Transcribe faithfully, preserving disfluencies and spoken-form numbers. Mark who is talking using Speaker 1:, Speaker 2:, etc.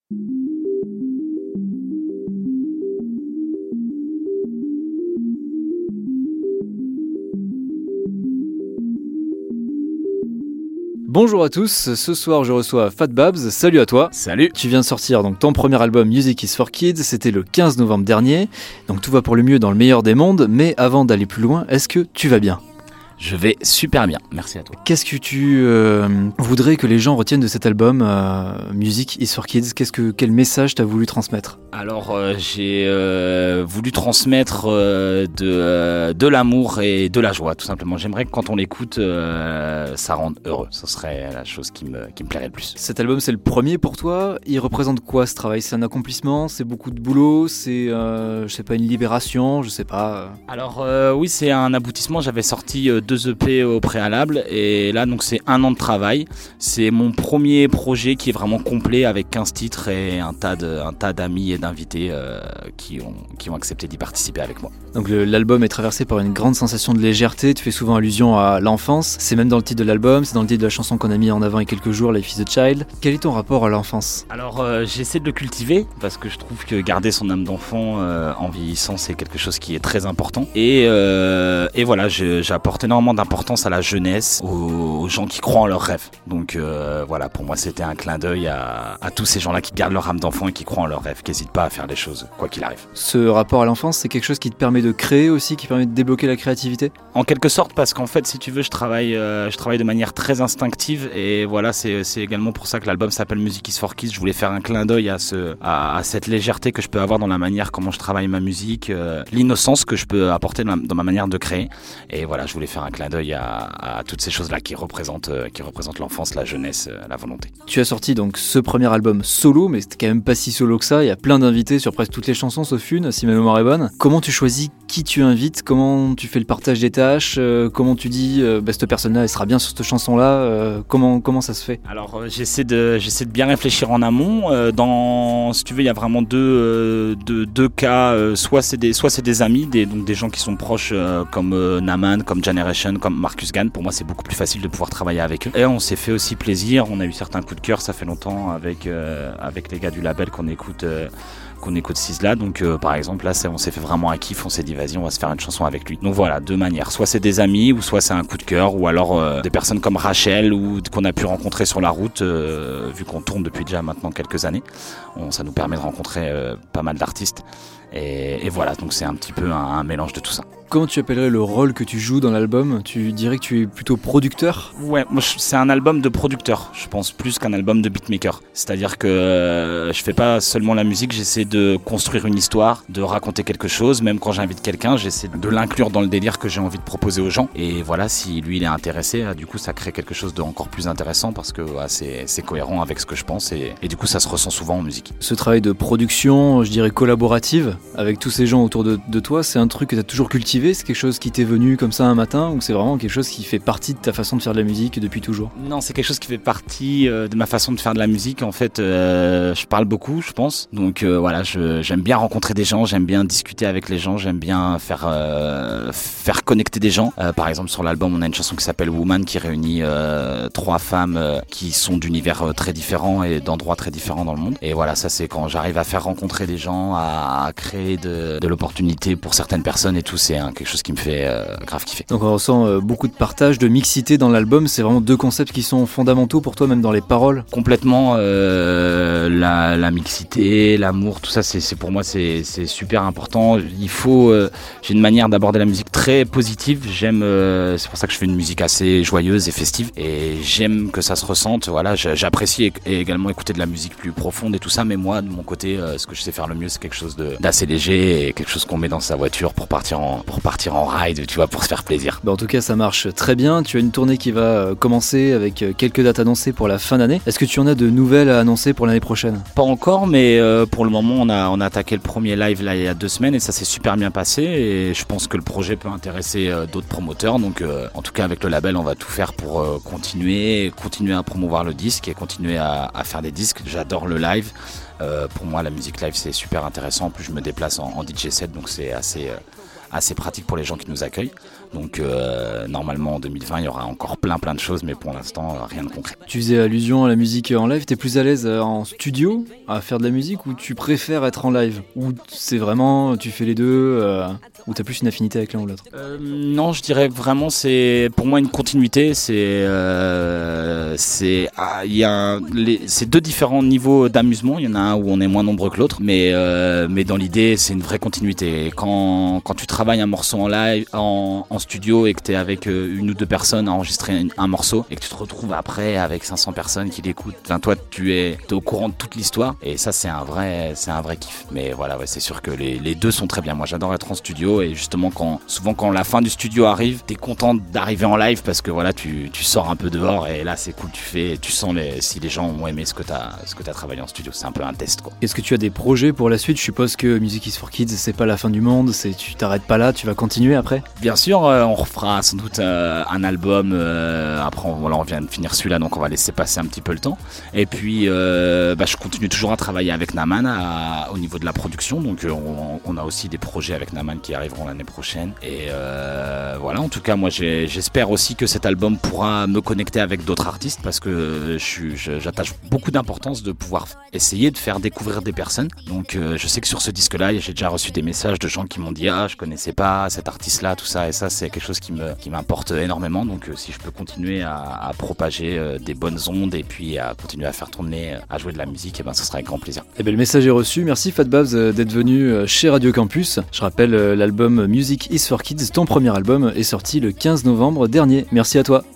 Speaker 1: Bonjour à tous, ce soir je reçois Fat Babs, salut à toi.
Speaker 2: Salut.
Speaker 1: Tu viens de sortir donc ton premier album Music is for Kids, c'était le quinze novembre dernier, donc tout va pour le mieux dans le meilleur des mondes, mais avant d'aller plus loin, est-ce que tu vas bien ?
Speaker 2: Je vais super bien, merci à toi.
Speaker 1: Qu'est-ce que tu euh, voudrais que les gens retiennent de cet album euh, Music is for Kids ? Qu'est-ce que, quel message t'as voulu transmettre ?
Speaker 2: Alors euh, j'ai euh, voulu transmettre euh, de, euh, de l'amour et de la joie tout simplement. J'aimerais que quand on l'écoute, euh, ça rende heureux. Ce serait la chose qui me, qui me plairait le plus.
Speaker 1: Cet album c'est le premier pour toi, il représente quoi ce travail ? C'est un accomplissement, c'est beaucoup de boulot, c'est euh, je sais pas une libération, je sais pas.
Speaker 2: Alors euh, oui, c'est un aboutissement, j'avais sorti euh, deux E P au préalable et là donc c'est un an de travail. C'est mon premier projet qui est vraiment complet avec quinze titres et un tas, de, un tas d'amis et d'invités euh, qui, ont, qui ont accepté d'y participer avec moi.
Speaker 1: Donc le, l'album est traversé par une grande sensation de légèreté, tu fais souvent allusion à l'enfance, c'est même dans le titre de l'album, c'est dans le titre de la chanson qu'on a mis en avant il y a quelques jours, Life is a Child. Quel est ton rapport à l'enfance ?
Speaker 2: Alors euh, j'essaie de le cultiver parce que je trouve que garder son âme d'enfant euh, en vieillissant c'est quelque chose qui est très important et, euh, et voilà, je, j'apporte énormément d'importance à la jeunesse, aux, aux gens qui croient en leurs rêves. Donc euh, voilà, pour moi c'était un clin d'œil à, à tous ces gens-là qui gardent leur âme d'enfant et qui croient en leurs rêves, qui n'hésitent pas à faire les choses, quoi qu'il arrive.
Speaker 1: Ce rapport à l'enfance, c'est quelque chose qui te permet de créer aussi, qui permet de débloquer la créativité ?
Speaker 2: En quelque sorte, parce qu'en fait, si tu veux, je travaille, euh, je travaille de manière très instinctive et voilà, c'est, c'est également pour ça que l'album s'appelle Music is for Kids. Je voulais faire un clin d'œil à, ce, à, à cette légèreté que je peux avoir dans la manière comment je travaille ma musique, euh, l'innocence que je peux apporter dans ma, dans ma manière de créer. Et voilà, je voulais faire un clin d'œil à, à toutes ces choses-là qui représentent, euh, qui représentent l'enfance, la jeunesse, euh, la volonté.
Speaker 1: Tu as sorti donc ce premier album solo, mais c'était quand même pas si solo que ça. Il y a plein d'invités sur presque toutes les chansons, sauf une, si ma mémoire est bonne. Comment tu choisis qui tu invites ? Comment tu fais le partage des tâches ? euh, Comment tu dis euh, bah, cette personne-là, elle sera bien sur cette chanson-là euh, comment, comment ça se fait ?
Speaker 2: Alors euh, j'essaie de, j'essaie de bien réfléchir en amont. Euh, dans, si tu veux, il y a vraiment deux, euh, deux, deux cas. Euh, soit, c'est des, soit c'est des amis, des, donc des gens qui sont proches euh, comme euh, Naman, comme Generation, comme Marcus Gann. Pour moi, c'est beaucoup plus facile de pouvoir travailler avec eux. Et on s'est fait aussi plaisir. On a eu certains coups de cœur. Ça fait longtemps avec, euh, avec les gars du label qu'on écoute. Euh, qu'on écoute Sizzla, donc euh, par exemple là c'est, on s'est fait vraiment un kiff, on s'est dit vas-y on va se faire une chanson avec lui. Donc voilà, deux manières, soit c'est des amis ou soit c'est un coup de cœur ou alors euh, des personnes comme Rachel ou qu'on a pu rencontrer sur la route euh, vu qu'on tourne depuis déjà maintenant quelques années. On, ça nous permet de rencontrer euh, pas mal d'artistes et, et voilà, donc c'est un petit peu un, un mélange de tout ça.
Speaker 1: Comment tu appellerais le rôle que tu joues dans l'album ? Tu dirais que tu es plutôt producteur ?
Speaker 2: Ouais, moi c'est un album de producteur, je pense, plus qu'un album de beatmaker. C'est-à-dire que euh, je fais pas seulement la musique, j'essaie de construire une histoire, de raconter quelque chose. Même quand j'invite quelqu'un, j'essaie de l'inclure dans le délire que j'ai envie de proposer aux gens. Et voilà, si lui il est intéressé, du coup ça crée quelque chose d'encore plus intéressant parce que ouais, c'est, c'est cohérent avec ce que je pense et, et du coup ça se ressent souvent en musique.
Speaker 1: Ce travail de production, je dirais collaborative, avec tous ces gens autour de, de toi, c'est un truc que tu as toujours cultivé ? C'est quelque chose qui t'est venu comme ça un matin ou c'est vraiment quelque chose qui fait partie de ta façon de faire de la musique depuis toujours ?
Speaker 2: Non, c'est quelque chose qui fait partie euh, de ma façon de faire de la musique. En fait, euh, je parle beaucoup, je pense. Donc euh, voilà, je, j'aime bien rencontrer des gens, j'aime bien discuter avec les gens, j'aime bien faire, euh, faire connecter des gens. Euh, par exemple, sur l'album, on a une chanson qui s'appelle Woman qui réunit euh, trois femmes euh, qui sont d'univers euh, très différents et d'endroits très différents dans le monde. Et voilà, ça c'est quand j'arrive à faire rencontrer des gens, à, à créer de, de l'opportunité pour certaines personnes et tout, c'est un, quelque chose qui me fait euh, grave kiffer.
Speaker 1: Donc on ressent euh, beaucoup de partage, de mixité dans l'album, c'est vraiment deux concepts qui sont fondamentaux pour toi, même dans les paroles ?
Speaker 2: Complètement, euh, la, la mixité, l'amour, tout ça, c'est, c'est pour moi c'est, c'est super important. Il faut, euh, j'ai une manière d'aborder la musique très positive, j'aime, euh, c'est pour ça que je fais une musique assez joyeuse et festive et j'aime que ça se ressente. Voilà, j'apprécie et également écouter de la musique plus profonde et tout ça, mais moi de mon côté, euh, ce que je sais faire le mieux, c'est quelque chose de, d'assez léger et quelque chose qu'on met dans sa voiture pour partir en, pour partir en ride, tu vois, pour se faire plaisir.
Speaker 1: Bah en tout cas, ça marche très bien. Tu as une tournée qui va commencer avec quelques dates annoncées pour la fin d'année. Est-ce que tu en as de nouvelles à annoncer pour l'année prochaine ?
Speaker 2: Pas encore, mais euh, pour le moment, on a, on a attaqué le premier live là il y a deux semaines et ça s'est super bien passé et je pense que le projet peut intéresser euh, d'autres promoteurs. Donc, euh, en tout cas, avec le label, on va tout faire pour euh, continuer, continuer à promouvoir le disque et continuer à, à faire des disques. J'adore le live. Euh, pour moi, la musique live, c'est super intéressant. En plus, je me déplace en, en D J set, donc c'est assez... Euh, assez pratique pour les gens qui nous accueillent. Donc euh, normalement en deux mille vingt il y aura encore plein plein de choses, mais pour l'instant rien de concret.
Speaker 1: Tu faisais allusion à la musique en live, t'es plus à l'aise en studio à faire de la musique ou tu préfères être en live? Ou c'est vraiment, tu fais les deux, euh, ou t'as plus une affinité avec l'un ou l'autre?
Speaker 2: euh, Non, je dirais vraiment c'est pour moi une continuité, c'est euh, c'est ah, il y a les, c'est deux différents niveaux d'amusement, il y en a un où on est moins nombreux que l'autre, mais euh, mais dans l'idée c'est une vraie continuité. Quand quand tu travailles un morceau en live, en, en studio et que t'es avec une ou deux personnes à enregistrer un, un morceau et que tu te retrouves après avec cinq cents personnes qui l'écoutent, enfin, toi tu es, es au courant de toute l'histoire et ça c'est un vrai c'est un vrai kiff. Mais voilà, ouais, c'est sûr que les, les deux sont très bien. Moi j'adore être en studio et justement quand souvent quand la fin du studio arrive, t'es content d'arriver en live parce que voilà tu, tu sors un peu dehors et là c'est cool, tu fais tu sens les, si les gens ont aimé ce que t'as ce que t'as travaillé en studio. C'est un peu un test quoi.
Speaker 1: Est-ce que tu as des projets pour la suite? Je suppose que Music is for Kids c'est pas la fin du monde, c'est tu t'arrêtes pas là, tu vas continuer après?
Speaker 2: Bien sûr, euh, on refera sans doute euh, un album. Euh, après, on, voilà, on vient de finir celui-là, donc on va laisser passer un petit peu le temps. Et puis, euh, bah, je continue toujours à travailler avec Naman à, au niveau de la production. Donc, euh, on, on a aussi des projets avec Naman qui arriveront l'année prochaine. Et euh, voilà, en tout cas, moi, j'ai, j'espère aussi que cet album pourra me connecter avec d'autres artistes parce que je suis, je, j'attache beaucoup d'importance de pouvoir essayer de faire découvrir des personnes. Donc, euh, je sais que sur ce disque-là, j'ai déjà reçu des messages de gens qui m'ont dit « Ah, je connaissais pas cet artiste-là, tout ça. » Et ça, c'est quelque chose qui me, qui m'importe énormément. Donc, euh, si je peux continuer à, à propager euh, des bonnes ondes et puis à continuer à faire tourner, à jouer de la musique, et ben, ce sera avec grand plaisir.
Speaker 1: Eh ben, le message est reçu. Merci Fat Babs d'être venu chez Radio Campus. Je rappelle, l'album Music is for Kids, ton premier album, est sorti le quinze novembre dernier. Merci à toi.